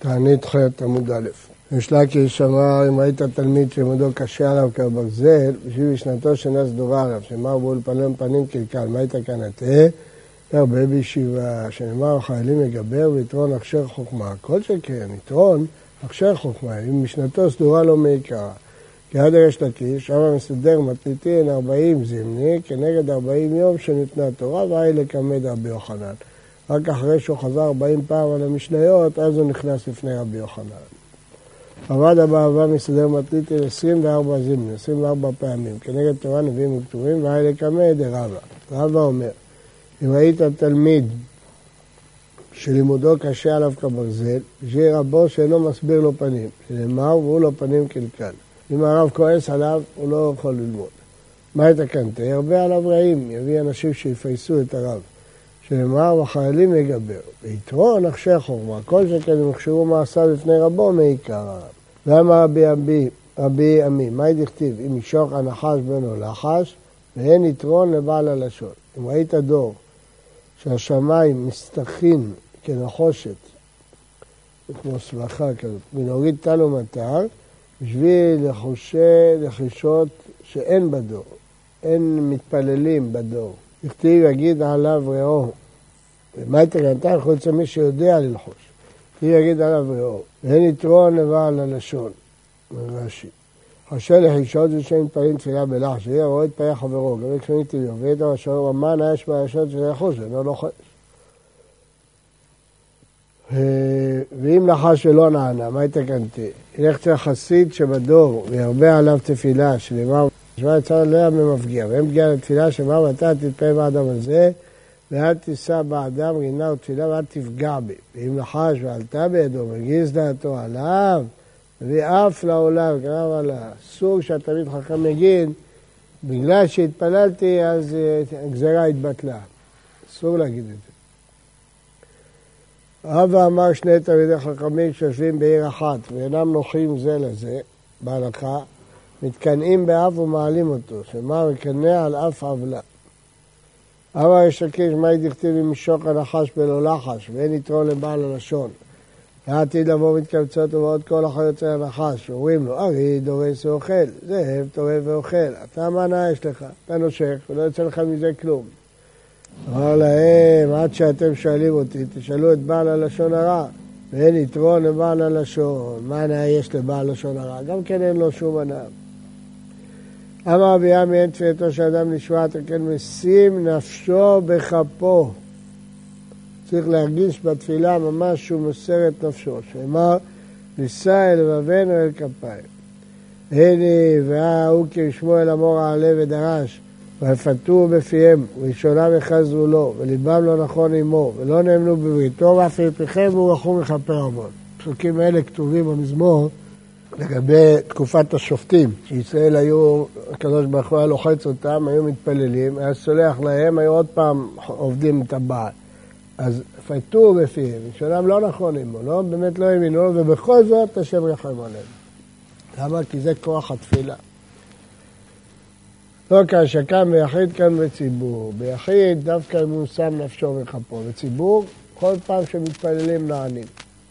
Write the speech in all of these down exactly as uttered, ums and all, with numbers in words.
תענית ח' עמוד א'. יש לקיש אמר, אם ראית תלמיד שלימודו קשה עליו כברזל, בשביל משנתו שאינה סדורה עליו, שנאמר בו לפנים פנים קלקל, מה הייתה כאן הטעה? הרבה בישיבה, שנאמר החיילים יגבר ויתרון הכשר חוכמה. כל שכן, יתרון הכשר חוכמה, אם משנתו סדורה לא מעיקרה. כי עד יש לקיש, אבא מסדר מתניתין ארבעים זמני, כנגד ארבעים יום שניתנה תורה, והי לקמד רבי יוחנן. רק אחרי שהוא חזר ארבעים פעם על המשניות, אז הוא נכנס לפני רבי יוחנן. עבד הבא אבא מסדר מתניתין עשרים וארבע זמני, עשרים וארבע פעמים, כנגד תורה נביאים וכתובים, והי לקמד רבא. רבא אומר, אם ראית תלמיד שלימודו קשה עליו כברזל, שיהיה רבו שאינו מסביר לו פנים, שנאמר והוא לו פנים קלקל. אם הרב כועס עליו, הוא לא יכול ללמוד. מה יתקנת? ירבה עליו רעים, יביא אנשים שיפייסו את הרב. שנאמר, והחיילים יגבר. ויתרון הכשר חוכמה. כל שכן הם יחשבו מעשה בפני רבו מעיקר הרב. ואמר רבי עמי, רבי עמי, מה דכתיב? אם ישוך הנחש בנו לחש, ואין יתרון לבעל הלשון. אם ראית דור שהשמיים מסתכין כנחושת, כמו סבכה כזאת, ונוריד טל ומטר, בשביל לחושי לחישות שאין בדור, אין מתפללים בדור. יכתיב יגיד עליו ראו, ומה התגנתה? חוץ מי שיודע ללחוש. יכתיב יגיד עליו ראו, ואין יתרון לבעל הלשון, רש"י. חושי לחישות זה שאין מתפללים תפילה בלחש, שיהיה רואה את פיה חברו, גם כשאני תביאו, ואת הרשון, מה נעש בהרשות של לחוש, זה לא לוחש. ואם נחש ולא נענה, מה התקנתי? ילך אצל חסיד שבדור וירבה עליו תפילה, שנאמר, שמה יצא עליה ממפגיע, והם פגיעה לתפילה, שאמר, ואתה תתפעל באדם הזה, ואל תישא באדם רינה ותפילה, ואל תפגע בי. ואם נחש ועלתה בידו, מגיז דעתו עליו, ואף לעולם, קרב על הסוג שהתלמיד חכם יגיד, בגלל שהתפללתי, אז הגזרה התבטלה. אסור להגיד את זה. רבא אמר שני תלמידי חכמים שיושבים בעיר אחת ואינם נוחים זה לזה, בהלכה, מתקנאים באף ומעלים אותו, שמה מקנא על אף עוולה. אמר יש לקיש, מה דכתיב אם ישוך הנחש בלא לחש, ואין יתרון לבעל הלשון. העתיד לבוא מתקבצות ובעוד כל החיות של הנחש, אומרים לו, ארי דורס ואוכל, זאב טורף ואוכל, אתה מה נאה יש לך? אתה נושך ולא יוצא לך מזה כלום. אמר להם, עד שאתם שואלים אותי, תשאלו את בעל הלשון הרע, ואין יתרון לבעל הלשון. מה הנאה יש לבעל לשון הרע? גם כן אין לו שום הנאה. אמר רבי עמי, אין תפילתו שאדם נשבעת, כן משים נפשו בכפו. צריך להרגיש בתפילה ממש שהוא מוסר את נפשו, שאמר, נישא אל לבבנו אל כפיים. הנה, והוא כשמו אל אמור העלה ודרש, והפתו בפיהם, ראשונם יחזו לו, וליבם לא נכון עמו, ולא נאמנו בבריתו, ואף יפיכם והוא רחום לכפר עוון. פסוקים האלה כתובים במזמור לגבי תקופת השופטים, שישראל היו, הקדוש ברוך הוא היה לוחץ אותם, היו מתפללים, היה סולח להם, היו עוד פעם עובדים את הבעל. אז פתו בפיהם, ראשונם לא נכון עמו, לא, באמת לא האמינו, ובכל זאת השם רחם עליהם. למה? כי זה כוח התפילה. לא כשקם ביחיד כאן בציבור, ביחיד דווקא אם הוא שם נפשו בכפו, בציבור כל פעם שמתפללים נענים.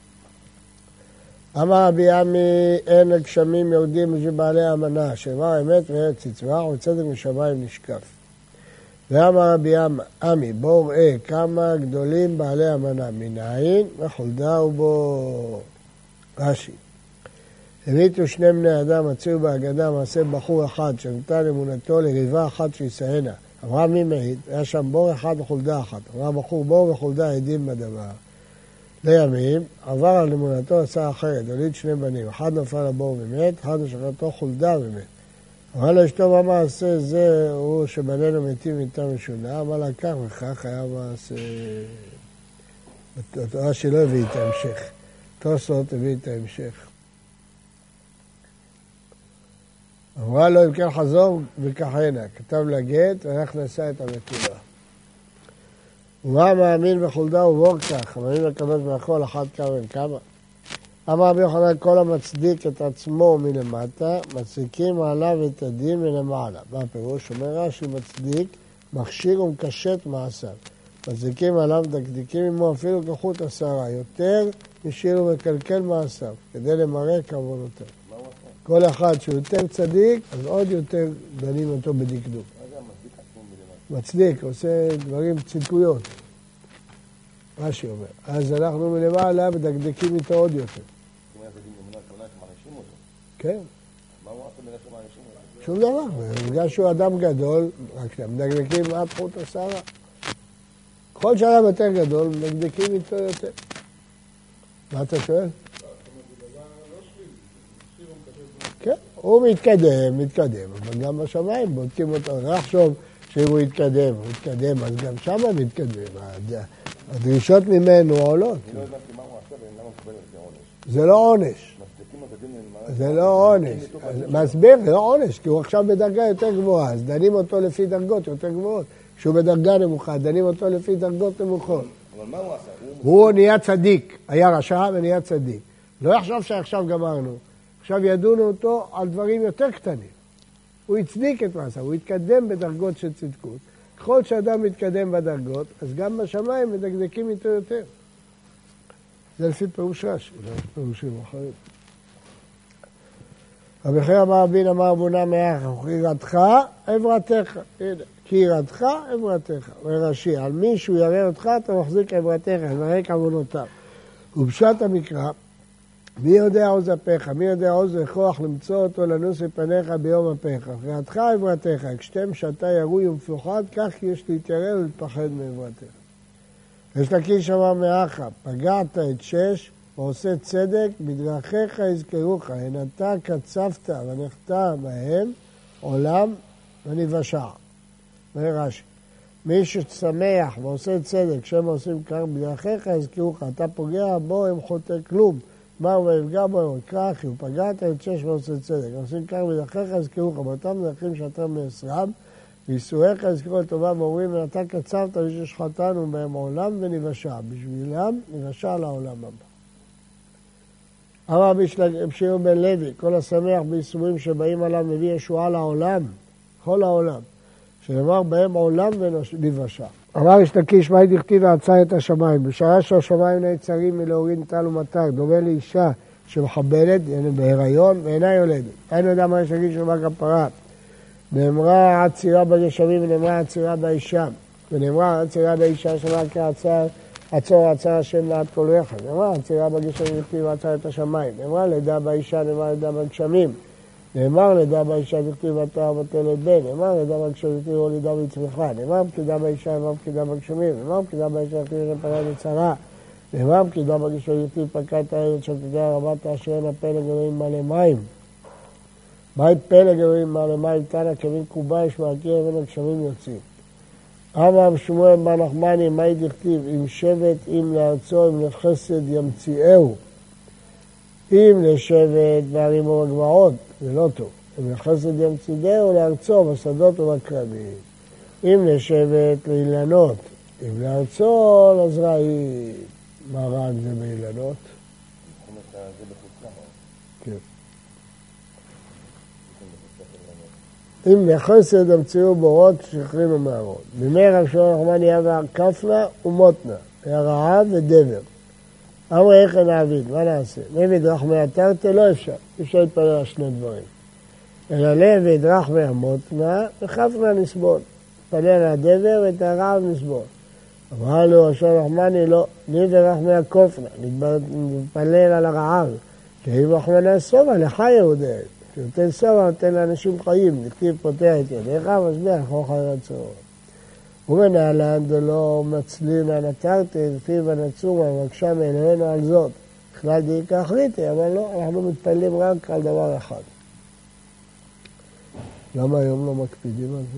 אמר רבי עמי, אין הגשמים יהודים בשביל בעלי אמנה, שאמר אמת וארץ יצמח וצדק משמיים נשקף. ואמר רבי עמי, בואו ראה כמה גדולים בעלי אמנה, מנין וחולדה ובו רש"י. המיתו שני בני אדם, מצאו בהגדה מעשה בחור אחד שנתן אמונתו לריבה אחת שישאנה. אמרה מי מעיד? היה שם בור אחד וחולדה אחת. אמרה בחור בור וחולדה עדים בדבר. לימים עבר על אמונתו עשה אחרת, הוליד שני בנים. אחד נפל לבור ומת, אחד נשכתו חולדה ומת. אמרה לו אשתו מה מעשה זה הוא שבנינו מתים מיתה משונה, אמרה לה כך וכך היה מעשה. התורה שלא הביא את ההמשך. תוספות הביא את ההמשך. אמרה לו, אם כן חזור וכחנה, כתב לגט, ואנחנו נעשה את המתיבה. ומה מאמין בחולדה ובור כך, מאמין לקדוש ברוך הוא, אחת כמה וכמה. אמר רבי יוחנן, כל המצדיק את עצמו מלמטה, מצדיקים עליו את הדין מלמעלה. מה הפירוש? אומר רש"י, מצדיק, מכשיר ומקשט מעשיו. מצדיקים עליו, דקדיקים עמו אפילו כחוט השערה, יותר משאיר ומקלקל מעשיו, כדי למראה כוונותיו. כל אחד שהוא יותר צדיק, אז עוד יותר דנים אותו בדקדוק. מצדיק, עושה דברים צדקויות. רש"י אומר. אז אנחנו מלמעלה מדקדקים איתו עוד יותר. כן. שום דבר, בגלל שהוא אדם גדול, רק מדקדקים עד חוט השערה. כל שאדם יותר גדול, מדקדקים איתו יותר. מה אתה שואל? כן, הוא מתקדם, מתקדם, אבל גם בשמיים בודקים אותו. רק שוב שאם הוא יתקדם, הוא יתקדם, אז גם שם הוא מתקדם. הדרישות ממנו עולות. זה לא עונש. זה לא עונש. מסביר, זה לא עונש, כי הוא עכשיו בדרגה יותר גבוהה, אז דנים אותו לפי דרגות יותר גבוהות. כשהוא בדרגה נמוכה, דנים אותו לפי דרגות נמוכות. אבל מה הוא עשה? הוא נהיה צדיק, היה רשע ונהיה צדיק. לא יחשוב שעכשיו גמרנו, עכשיו ידונו אותו על דברים יותר קטנים. הוא הצדיק את מעשה, הוא התקדם בדרגות של צדקות. ככל שאדם מתקדם בדרגות, אז גם בשמיים מדקדקים איתו יותר. זה לפי פירוש רש"י, לא פירושים אחרים. רבי חייא אמר רבין אמר אבונה מאח, כי יראתך עברתך. כי יראתך עברתך. ורש"י, על מי שהוא יראה אותך, אתה מחזיק עברתך, מראה כוונותיו. ופשט המקרא, מי יודע עוז אפיך, מי יודע עוז וכוח למצוא אותו לנוס מפניך ביום אפיך. יראתך עברתך, כשתם שאתה ירוי ומפוחד, כך כי יש להתיירא ולהתפחד מעברתך. יש לקיש אמר מאחה, פגעת את שש, ועושה צדק, בדרכיך יזכרוך, הן אתה קצבת ונחתה בהם עולם ונבשע. ורש"י, מי ששמח ועושה צדק, שהם עושים כך, בדרכיך יזכרוך, אתה פוגע בו עם חוטא כלום. מה הוא ויפגע בו, הוא יקרא אחי, הוא פגעת את שש ועושה צדק. עושים כך בדרכיך יזכרוך, באותם דרכים שאתה מעשרם, ויסוריך יזכרו לטובה ואומרים, אתה קצבת וששחטנו בהם עולם ונבשע. בשבילם נבשע לעולם הבא. אמר רבי שמעון בן לוי, כל השמח בייסורים שבאים עליו מביא ישועה לעולם, כל העולם, שנאמר בהם עולם ונבשע. אמר יש לקיש, מה דכתיב ועצר את השמיים? בשעה שהשמיים נעצרים מלהוריד טל ומטר, דומה לאישה שמחבלת, בהיריון, ואינה יולדת. אין יודע מה יש לקיש ומה כפרה. נאמרה עצירה בגשמים ונאמרה עצירה באישה. ונאמרה עצירה באישה שאמרה כעצר, עצור עצר השם לעד כל יחד. נאמרה עצירה בגשמים דכתיב ועצר את השמיים. נאמרה לידה באישה, נאמרה לידה בגשמים. נאמר לידה באישה דכתיב ותרא ותלד בן. נאמר לידה בגשמים דכתיב ולידה וצמחה. נאמר פקידה באישה, נאמר פקידה בגשמים. נאמר פקידה באישה דכתיב ופרה לצרה. נאמר פקידה בגשמים דכתיב פקעת הארץ שתדע רבה תאשרנה פלג אלוהים מלא מים. בית פלג אלוהים מלא מים תנא כמין קובה יש מהקיר ובין הגשמים יוצאים. אמר שמואל בן נחמני, מהי דכתיב? אם שבט, אם לארצו, אם לחסד ימציאהו. אם לשבט בערים ובגבעות, זה לא טוב. אם לחסד ימציאהו לארצו, בשדות ובכרמים. אם לשבט לאילנות, אם לארצו לזרעים. מה רק זה באילנות? כן. אם לחסד המציאו בורות שחרין ומערות. בימי רב שמעון נחמני עבר כפנה ומותנה, היה רעב ודבר. אמרו איך נעביד, מה נעשה? נעביד רחמי התרתי לא אפשר, אפשר להתפלל על שני דברים. אלא נעביד רחמי המותנה וכפנה נסבול. נתפלל על הדבר ואת הרעב נסבול. אמר לו רב שמעון נחמני לא, נעביד רחמי הכופנה, נתפלל על הרעב. כי אם רחמי נעשובה, לך יהודי. כשנותן סובה, נותן לאנשים חיים, דכתיב פותח את ידיך, משביע לכל חי רצון. ומנהלן דלא מצלין נתרתי, דכתיב ונצומה, ומקשה מאלוהינו על זאת. בכלל דאיקה החליטי, אבל לא, אנחנו מתפללים רק על דבר אחד. למה היום לא מקפידים על זה?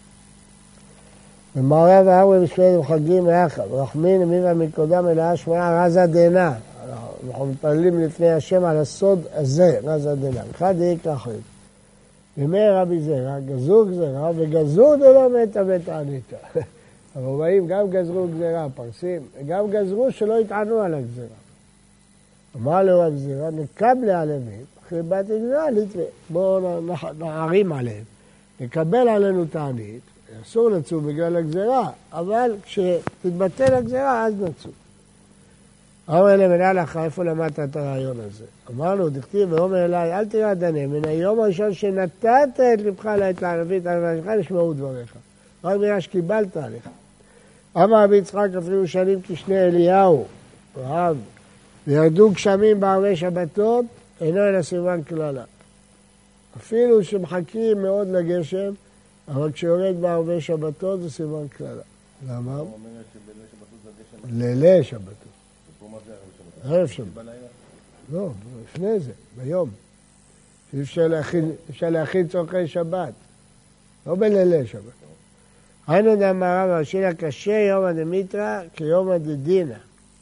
במערב הארווה בשביל וחגים יחד, רחמין מירה מקודם אלאה שמעה רזה דנה. אנחנו מתפללים לפני השם על הסוד הזה, רזה דנה. אחד דאיקה החליטי. בימי רבי זרע, גזרו גזרה, וגזרו דלא מתה ותעניתה. הרומאים גם גזרו גזרה, פרסים, גם גזרו שלא יטענו על הגזרה. אמר לו רבי זרע, נקבל עליהם, אחרי בת גזרה, נתווה. בואו נערים עליהם. נקבל עלינו תענית, אסור לצום בגלל הגזרה, אבל כשתתבטל הגזרה, אז נצום. אמר אלה מנהל לך, איפה למדת את הרעיון הזה? אמרנו, דכתיב ואומר אליי, אל תראה דנה, מן היום הראשון שנתת את לבך לעת לענבית, לענבית, נשמעו דבריך. רק בגלל שקיבלת עליך. אמר רבי יצחק, אפילו שנים כשני אליהו, רב, וירדו גשמים בערבי שבתות, אינו אלא סימן כללה. אפילו שמחכים מאוד לגשם, אבל כשיורד בערבי שבתות זה סימן כללה. למה? לילי שבתות. ערב שבת. לא, לפני זה, ביום. שאפשר להכין צורכי שבת. לא בלילי שבת. היינו דאמר רבא, שילה קשה יומא דמיתרא כיומא דדינא.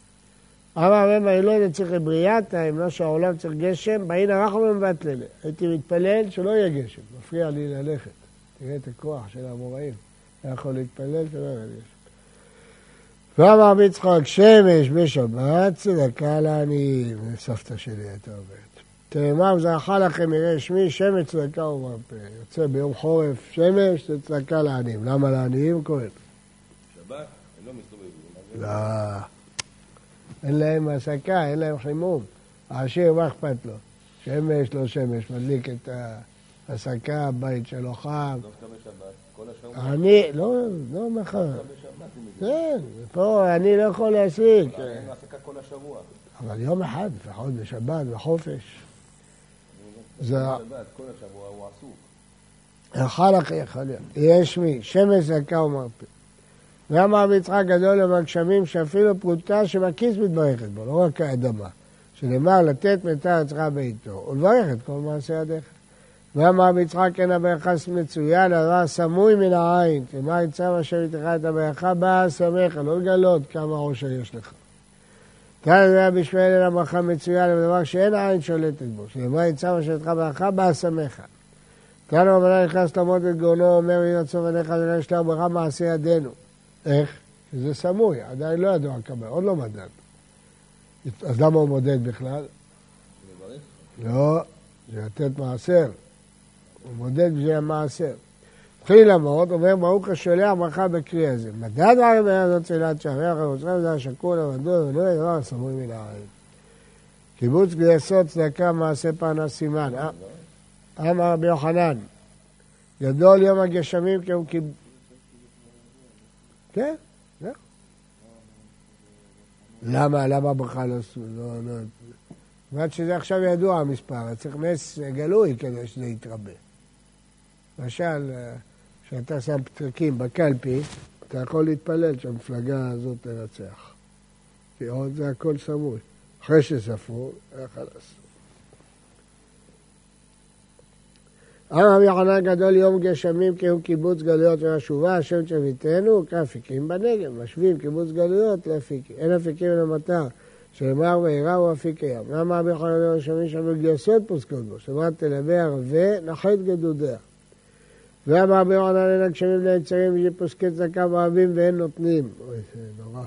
אמר רבא, אילון צריך לבריאתה, אם לא שהעולם צריך גשם, באין הרחום מבט לילה. הייתי מתפלל שלא יהיה גשם, מפריע לי ללכת. תראה את הכוח של האמוראים. היה יכול להתפלל שלא יהיה גשם. ואמר רבי יצחק, שמש בשבת, צדקה לעניים. סבתא שלי הייתה אומרת. תאמר, זרחה לכם יראה שמי, שמש צדקה ומרפא. יוצא ביום חורף שמש, זה צדקה לעניים. למה לעניים? כהן. שבת? הם לא מסתובבים. לא. אין להם הסקה, אין להם חימום. העשיר, מה אכפת לו? שמש, לא שמש, מדליק את ההסקה, הבית שלו חם. לא משתמש שבת, כל השבוע. אני, לא, לא מחר. כן, פה אני לא יכול להשיג. אין הסקה כל השבוע. אבל יום אחד, לפחות בשבת, בחופש. זה... בשבת, כל השבוע הוא עסוק. יכול לך, יכול להיות. יש מי, שמש זקה ומרפא. ואמר רבי יצחק גדול למגשמים שאפילו פרוטה שבכיס מתברכת בו, לא רק האדמה. שנאמר לתת מיתר עצמך בעיתו, ולברך את כל מעשי ידיך. ואמר רבי יצחק אין הברכה מצוין, הדבר סמוי מן העין, כלומר יצא אשר יתך את הברכה, באה שמך, לא לגלות כמה עושר יש לך. כאן זה היה בשביל אין הברכה מצוין, אבל דבר שאין העין שולטת בו, שנאמר יצא אשר יתך ברכה, באה שמך. כאן רבנה נכנס למות את גאונו, אומר לי יצוב עליך, ולא יש לה ברכה מעשי ידינו. איך? שזה סמוי, עדיין לא ידוע כמה, עוד לא מדד. אז למה הוא מודד בכלל? לא, זה לתת מעשר. הוא מודד בשביל המעשר. התחיל למות, אומר ברוך השולח ברכה בקרי הזה. מדד רבי הזאת צילת שעריך, ורוצחם זה השקול, המדוד, ולא ידבר הסמוי מן העין. קיבוץ גייסות צדקה מעשה פרנס סימן. אמר רבי יוחנן, גדול יום הגשמים כי הוא קיבוץ. כן, לא. למה, למה ברכה לא עשו? לא, לא. זאת שזה עכשיו ידוע המספר, צריך נס גלוי כדי שזה יתרבה. למשל, כשאתה שם פתקים בקלפי, אתה יכול להתפלל שהמפלגה הזאת תנצח. כי עוד זה הכל סמוי. אחרי שספרו, היה חלס. אמר רבי יוחנן גדול יום גשמים כי הוא קיבוץ גלויות ומשובה, השם צביתנו, כאפיקים בנגב, משווים קיבוץ גלויות לאפיקים. אין אפיקים אלא מטר, שאמר וירא הוא אפיק הים. למה רבי יוחנן אומר שמים שם גייסות פוסקות בו, שאמר תלווה ערבה, נחית גדודיה. ואמר רבי יוחנן אין הגשמים ליצרים, ושפוסקי צדקה ואוהבים ואין נותנים. אוי, זה נורא.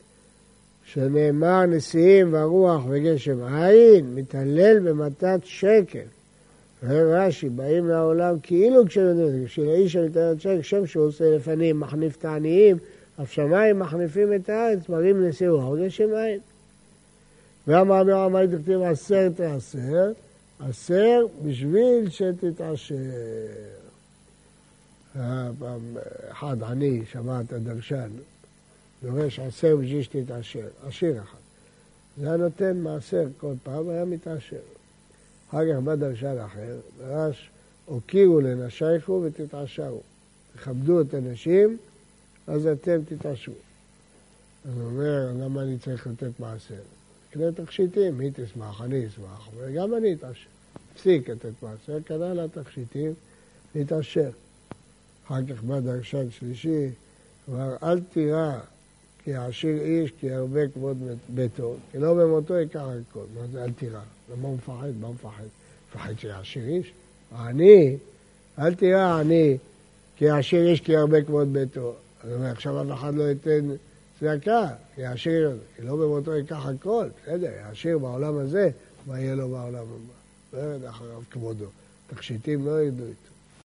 שנאמר נשיאים והרוח וגשם עין, מתהלל במתת שקל. רש"י, באים לעולם כאילו כשנותנים, כשלאיש המתארת שקל, שם שהוא עושה לפנים, מחניף את העניים, אף שמיים מחניפים את הארץ, מראים נשיאו, הרגשם עין. ואמר רבי יוחנן, מה תכתיב עשר תעשר? עשר בשביל שתתעשר. אחד עני שמע את הדרשן, דורש עשר בשביל שתתעשר, עשיר אחד. זה היה נותן מעשר כל פעם, היה מתעשר. אחר כך בא דרשן אחר, דרש, הוקירו לנשייכו ותתעשרו. תכבדו את הנשים, אז אתם תתעשרו. אז הוא אומר, למה אני צריך לתת מעשר? קנה תכשיטים, היא תשמח, אני אשמח, וגם אני אתעשר. הפסיק לתת מעשר, קנה לה תכשיטים, להתעשר. אחר כך בא דרשן שלישי, אמר, אל תירא כי העשיר איש, כי הרבה כבוד ביתו, כי לא במותו ייקח הכל. מה זה אל תירא? למה הוא מפחד? מה הוא מפחד? מפחד שיעשיר איש? העני, אל תירא העני, כי העשיר איש, כי הרבה כבוד ביתו. אז הוא אומר, עכשיו אף אחד לא ייתן צדקה, כי העשיר, כי לא במותו ייקח הכל. בסדר, העשיר בעולם הזה, מה יהיה לו בעולם הבא? לא ירד אחריו כבודו. תכשיטים לא ידעו איתו.